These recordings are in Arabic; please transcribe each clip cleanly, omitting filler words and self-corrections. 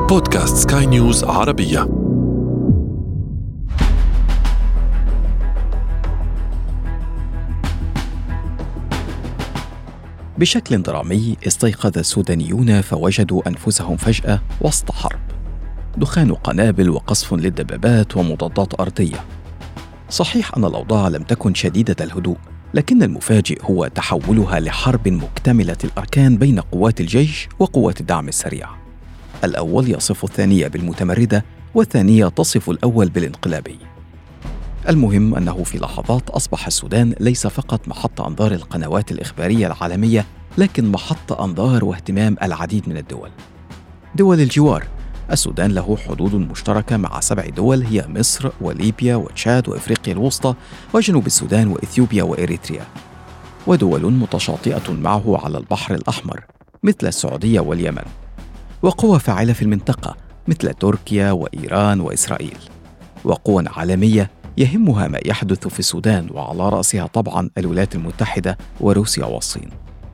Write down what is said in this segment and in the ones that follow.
بودكاست سكاي نيوز عربية. بشكل درامي استيقظ السودانيون فوجدوا أنفسهم فجأة وسط حرب، دخان قنابل وقصف للدبابات ومضادات أرضية. صحيح أن الأوضاع لم تكن شديدة الهدوء، لكن المفاجئ هو تحولها لحرب مكتملة الأركان بين قوات الجيش وقوات الدعم السريع. الأول يصف الثانية بالمتمردة، والثانية تصف الأول بالانقلابي. المهم أنه في لحظات أصبح السودان ليس فقط محط أنظار القنوات الإخبارية العالمية، لكن محط أنظار واهتمام العديد من الدول. دول الجوار، السودان له حدود مشتركة مع 7 دول هي مصر وليبيا وتشاد وإفريقيا الوسطى وجنوب السودان وإثيوبيا وإريتريا، ودول متشاطئة معه على البحر الأحمر مثل السعودية واليمن، وقوى فاعلة في المنطقة مثل تركيا وإيران وإسرائيل، وقوى عالمية يهمها ما يحدث في السودان وعلى رأسها طبعاً الولايات المتحدة وروسيا والصين.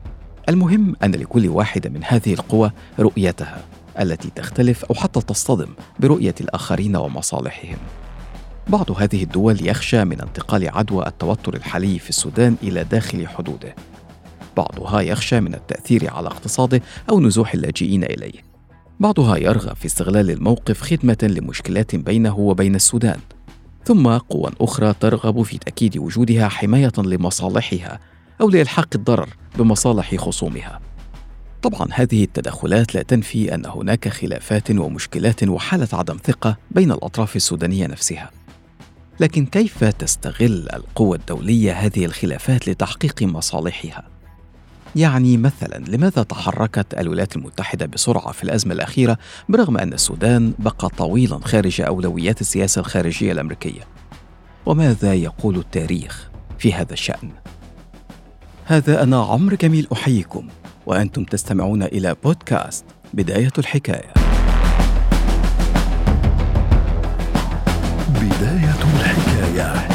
المهم أن لكل واحدة من هذه القوى رؤيتها التي تختلف أو حتى تصطدم برؤية الآخرين ومصالحهم. بعض هذه الدول يخشى من انتقال عدوى التوتر الحالي في السودان إلى داخل حدوده، بعضها يخشى من التأثير على اقتصاده أو نزوح اللاجئين إليه، بعضها يرغب في استغلال الموقف خدمة لمشكلات بينه وبين السودان، ثم قوى أخرى ترغب في تأكيد وجودها حماية لمصالحها أو لإلحاق الضرر بمصالح خصومها. طبعا هذه التدخلات لا تنفي أن هناك خلافات ومشكلات وحالة عدم ثقة بين الأطراف السودانية نفسها، لكن كيف تستغل القوى الدولية هذه الخلافات لتحقيق مصالحها؟ يعني مثلا لماذا تحركت الولايات المتحدة بسرعة في الأزمة الأخيرة برغم أن السودان بقى طويلا خارج أولويات السياسة الخارجية الأمريكية؟ وماذا يقول التاريخ في هذا الشأن؟ هذا أنا عمرو جميل أحييكم، وأنتم تستمعون إلى بودكاست بداية الحكاية. بداية الحكاية.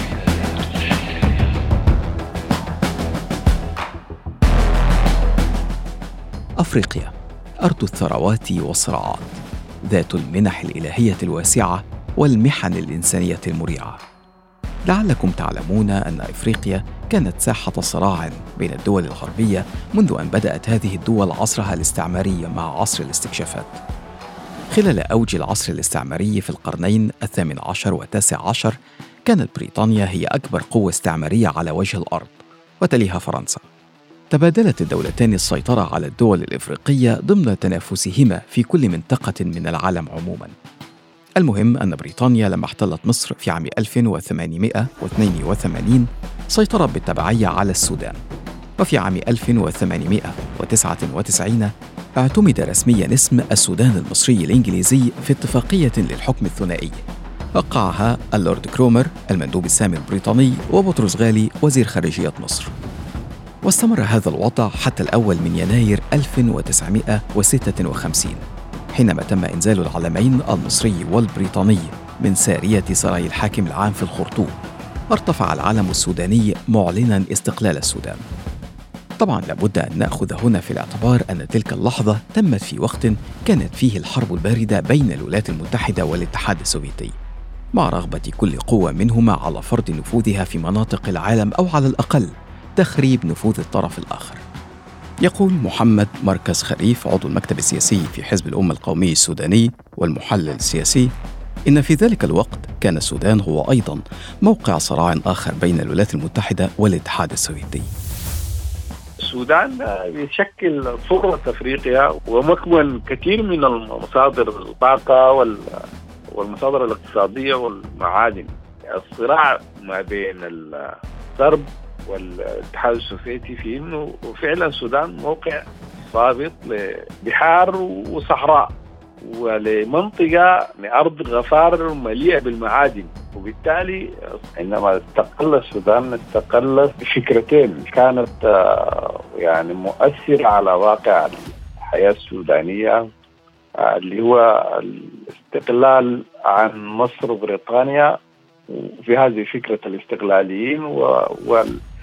أفريقيا أرض الثروات والصراعات، ذات المنح الإلهية الواسعة والمحن الإنسانية المريعة. لعلكم تعلمون أن أفريقيا كانت ساحة صراع بين الدول الغربية منذ أن بدأت هذه الدول عصرها الاستعماري مع عصر الاستكشافات. خلال أوج العصر الاستعماري في القرنين 18 و19 كانت بريطانيا هي أكبر قوة استعمارية على وجه الأرض، وتليها فرنسا. تبادلت الدولتان السيطرة على الدول الإفريقية ضمن تنافسهما في كل منطقة من العالم عموماً. المهم أن بريطانيا لما احتلت مصر في عام 1882 سيطرت بالتبعية على السودان، وفي عام 1899 اعتمد رسمياً اسم السودان المصري الإنجليزي في اتفاقية للحكم الثنائي وقعها اللورد كرومر المندوب السامي البريطاني وبطرس غالي وزير خارجية مصر. واستمر هذا الوضع حتى الأول من يناير 1956 حينما تم إنزال العلمين المصري والبريطاني من سارية سراي الحاكم العام في الخرطوم، وارتفع العلم السوداني معلناً استقلال السودان. طبعاً لابد أن نأخذ هنا في الاعتبار أن تلك اللحظة تمت في وقت كانت فيه الحرب الباردة بين الولايات المتحدة والاتحاد السوفيتي، مع رغبة كل قوة منهما على فرض نفوذها في مناطق العالم أو على الأقل تخريب نفوذ الطرف الآخر. يقول محمد مركز خريف عضو المكتب السياسي في حزب الأمة القومي السوداني والمحلل السياسي إن في ذلك الوقت كان السودان هو أيضا موقع صراع آخر بين الولايات المتحدة والاتحاد السوفيتي. السودان يشكل ثروة أفريقيا ومكمن كثير من المصادر الطاقة والمصادر الاقتصادية والمعادن. الصراع ما بين الغرب والاتحاد السوفيتي في انه فعلا السودان موقع صابط لبحار وصحراء ولمنطقة لأرض غفار مليئة بالمعادن، وبالتالي عندما استقل السودان استقل بفكرتين كانت يعني مؤثرة على واقع الحياة السودانية، اللي هو الاستقلال عن مصر وبريطانيا. وفي هذه فكرة الاستقلاليين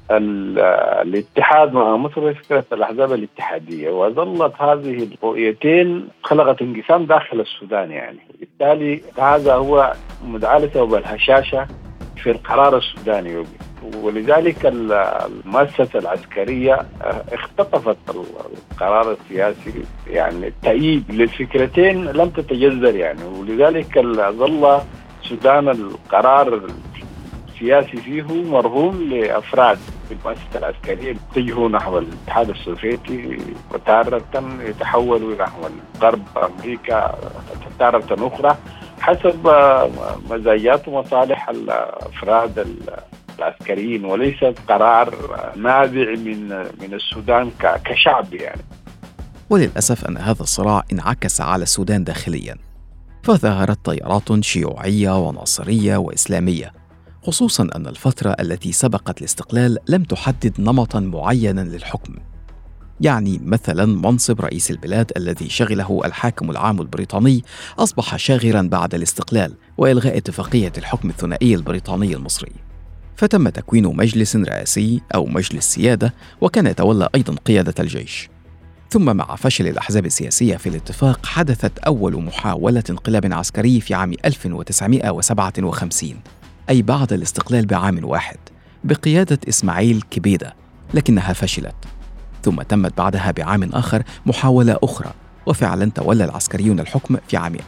الاتحاد مع مصر فكرة الأحزاب الاتحادية، وظلت هذه الرؤيتين خلقت انقسام داخل السودان يعني. بالتالي هذا هو مدعاة لسبب الهشاشة في القرار السوداني، ولذلك المؤسسة العسكرية اختطفت القرار السياسي يعني التأييد للفكرتين لم تتجذر يعني. ولذلك ظل السودان القرار السياسي فيه مرهون لأفراد في المؤسسة العسكرية يتجهوا نحو الاتحاد السوفيتي وتارة يتحولوا نحو الغرب أمريكا تارة أخرى حسب مزايات ومصالح الأفراد العسكريين، وليس قرار نابع من السودان كشعب يعني. وللأسف أن هذا الصراع انعكس على السودان داخلياً، فظهرت تيارات شيوعية وناصرية وإسلامية، خصوصاً أن الفترة التي سبقت الاستقلال لم تحدد نمطاً معيناً للحكم. يعني مثلاً منصب رئيس البلاد الذي شغله الحاكم العام البريطاني أصبح شاغراً بعد الاستقلال وإلغاء اتفاقية الحكم الثنائي البريطاني المصري، فتم تكوين مجلس رئاسي أو مجلس سيادة، وكان يتولى أيضاً قيادة الجيش. ثم مع فشل الأحزاب السياسية في الاتفاق حدثت أول محاولة انقلاب عسكري في عام 1957، أي بعد الاستقلال بعام واحد، بقيادة إسماعيل كبيدة، لكنها فشلت. ثم تمت بعدها بعام آخر محاولة أخرى، وفعلا تولى العسكريون الحكم في عام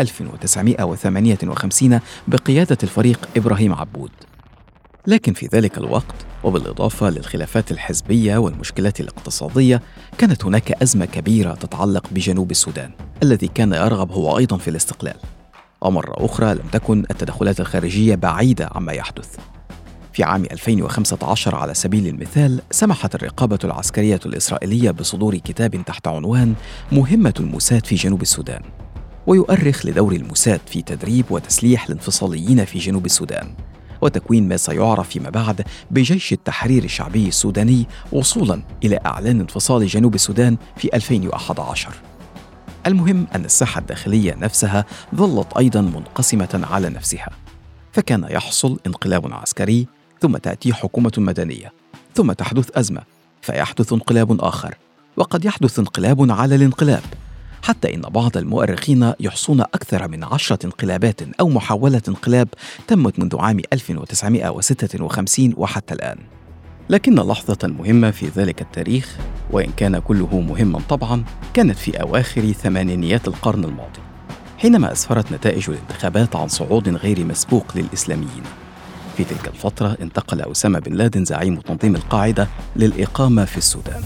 1958 بقيادة الفريق إبراهيم عبود. لكن في ذلك الوقت وبالإضافة للخلافات الحزبية والمشكلات الاقتصادية كانت هناك أزمة كبيرة تتعلق بجنوب السودان الذي كان يرغب هو أيضا في الاستقلال. ومرة أخرى لم تكن التدخلات الخارجية بعيدة عما يحدث. في عام 2015 على سبيل المثال سمحت الرقابة العسكرية الإسرائيلية بصدور كتاب تحت عنوان مهمة الموساد في جنوب السودان، ويؤرخ لدور الموساد في تدريب وتسليح الانفصاليين في جنوب السودان وتكوين ما سيعرف فيما بعد بجيش التحرير الشعبي السوداني، وصولاً إلى إعلان انفصال جنوب السودان في 2011. المهم أن الساحة الداخلية نفسها ظلت أيضاً منقسمة على نفسها، فكان يحصل انقلاب عسكري، ثم تأتي حكومة مدنية، ثم تحدث أزمة، فيحدث انقلاب آخر، وقد يحدث انقلاب على الانقلاب، حتى إن بعض المؤرخين يحصون أكثر من 10 انقلابات أو محاولة انقلاب تمت منذ عام 1956 وحتى الآن. لكن لحظة مهمة في ذلك التاريخ، وإن كان كله مهما طبعا، كانت في أواخر ثمانينيات القرن الماضي، حينما أسفرت نتائج الانتخابات عن صعود غير مسبوق للإسلاميين. في تلك الفترة انتقل أسامة بن لادن زعيم تنظيم القاعدة للإقامة في السودان.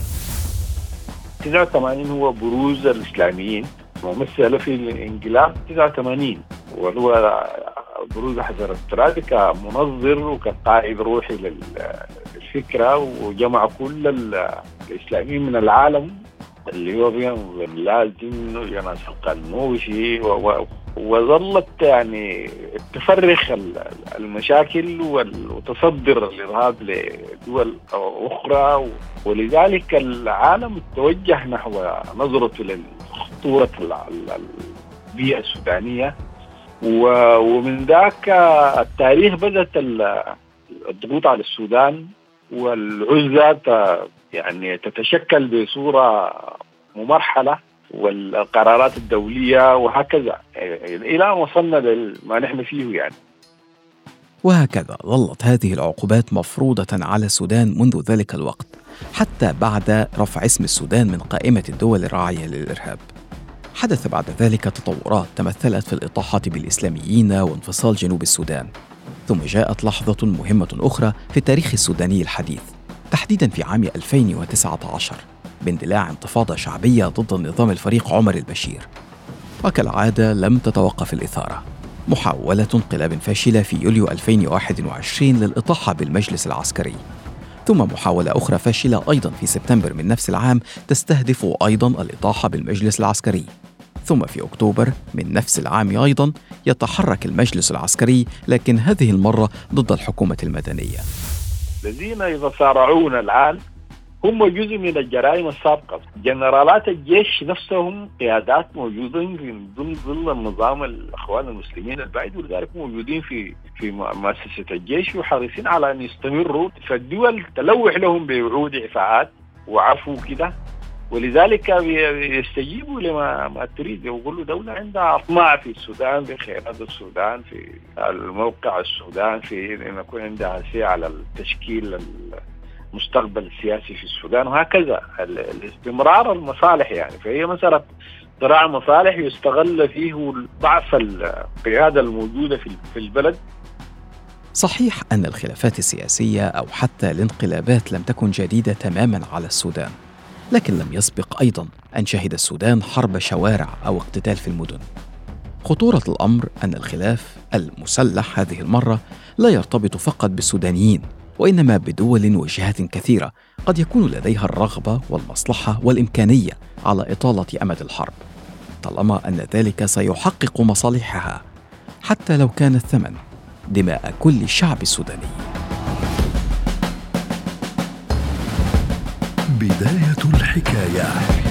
89 هو بروز الإسلاميين ممثل في الانقلاب 89، وهو بروز حجر الترابي كمنظر وكقائد روحي للفكرة، وجمع كل الإسلاميين من العالم اللي هو فيهم بن لادن وجناس القنوشي، وظلت يعني تفرخ المشاكل وتصدر الإرهاب لدول أخرى، ولذلك العالم توجه نحو نظرته لخطورة البيئة السودانية. ومن ذاك التاريخ بدأت الضغوط على السودان، والعزة يعني تتشكل بصورة ممرحلة، والقرارات الدولية وهكذا إلى أن وصلنا لما نحن فيه يعني. وهكذا ظلت هذه العقوبات مفروضة على السودان منذ ذلك الوقت، حتى بعد رفع اسم السودان من قائمة الدول الراعية للإرهاب. حدث بعد ذلك تطورات تمثلت في الإطاحة بالإسلاميين وانفصال جنوب السودان. ثم جاءت لحظة مهمة أخرى في التاريخ السوداني الحديث، تحديداً في عام 2019 باندلاع انتفاضة شعبية ضد النظام الفريق عمر البشير. وكالعادة لم تتوقف الإثارة، محاولة انقلاب فاشلة في يوليو 2021 للإطاحة بالمجلس العسكري، ثم محاولة أخرى فاشلة أيضاً في سبتمبر من نفس العام تستهدف أيضاً الإطاحة بالمجلس العسكري، ثم في أكتوبر من نفس العام أيضاً يتحرك المجلس العسكري، لكن هذه المرة ضد الحكومة المدنية. الذين يتصارعون الآن هم جزء من الجرائم السابقة. جنرالات الجيش نفسهم قيادات موجودين في ضمن ظل النظام الأخوان المسلمين البعيد، ولذلك موجودين في مؤسسة الجيش وحريصين على أن يستمروا. فالدول تلوح لهم بوعود إعفاءات وعفو كده، ولذلك يستجيبوا لما تريد. يقولوا دولة عندها أطماع في السودان، في خيرات السودان، في الموقع السودان، في أن يكون عندها سعي على التشكيل المستقبل السياسي في السودان، وهكذا الاستمرار المصالح يعني. فهي مسألة صراع مصالح يستغل فيه ضعف القيادة الموجودة في البلد. صحيح أن الخلافات السياسية أو حتى الانقلابات لم تكن جديدة تماماً على السودان، لكن لم يسبق أيضاً أن شهد السودان حرب شوارع أو اقتتال في المدن. خطورة الأمر أن الخلاف المسلح هذه المرة لا يرتبط فقط بالسودانيين، وإنما بدول وجهات كثيرة قد يكون لديها الرغبة والمصلحة والإمكانية على إطالة أمد الحرب، طالما أن ذلك سيحقق مصالحها حتى لو كان الثمن دماء كل الشعب السوداني. بداية الحكاية.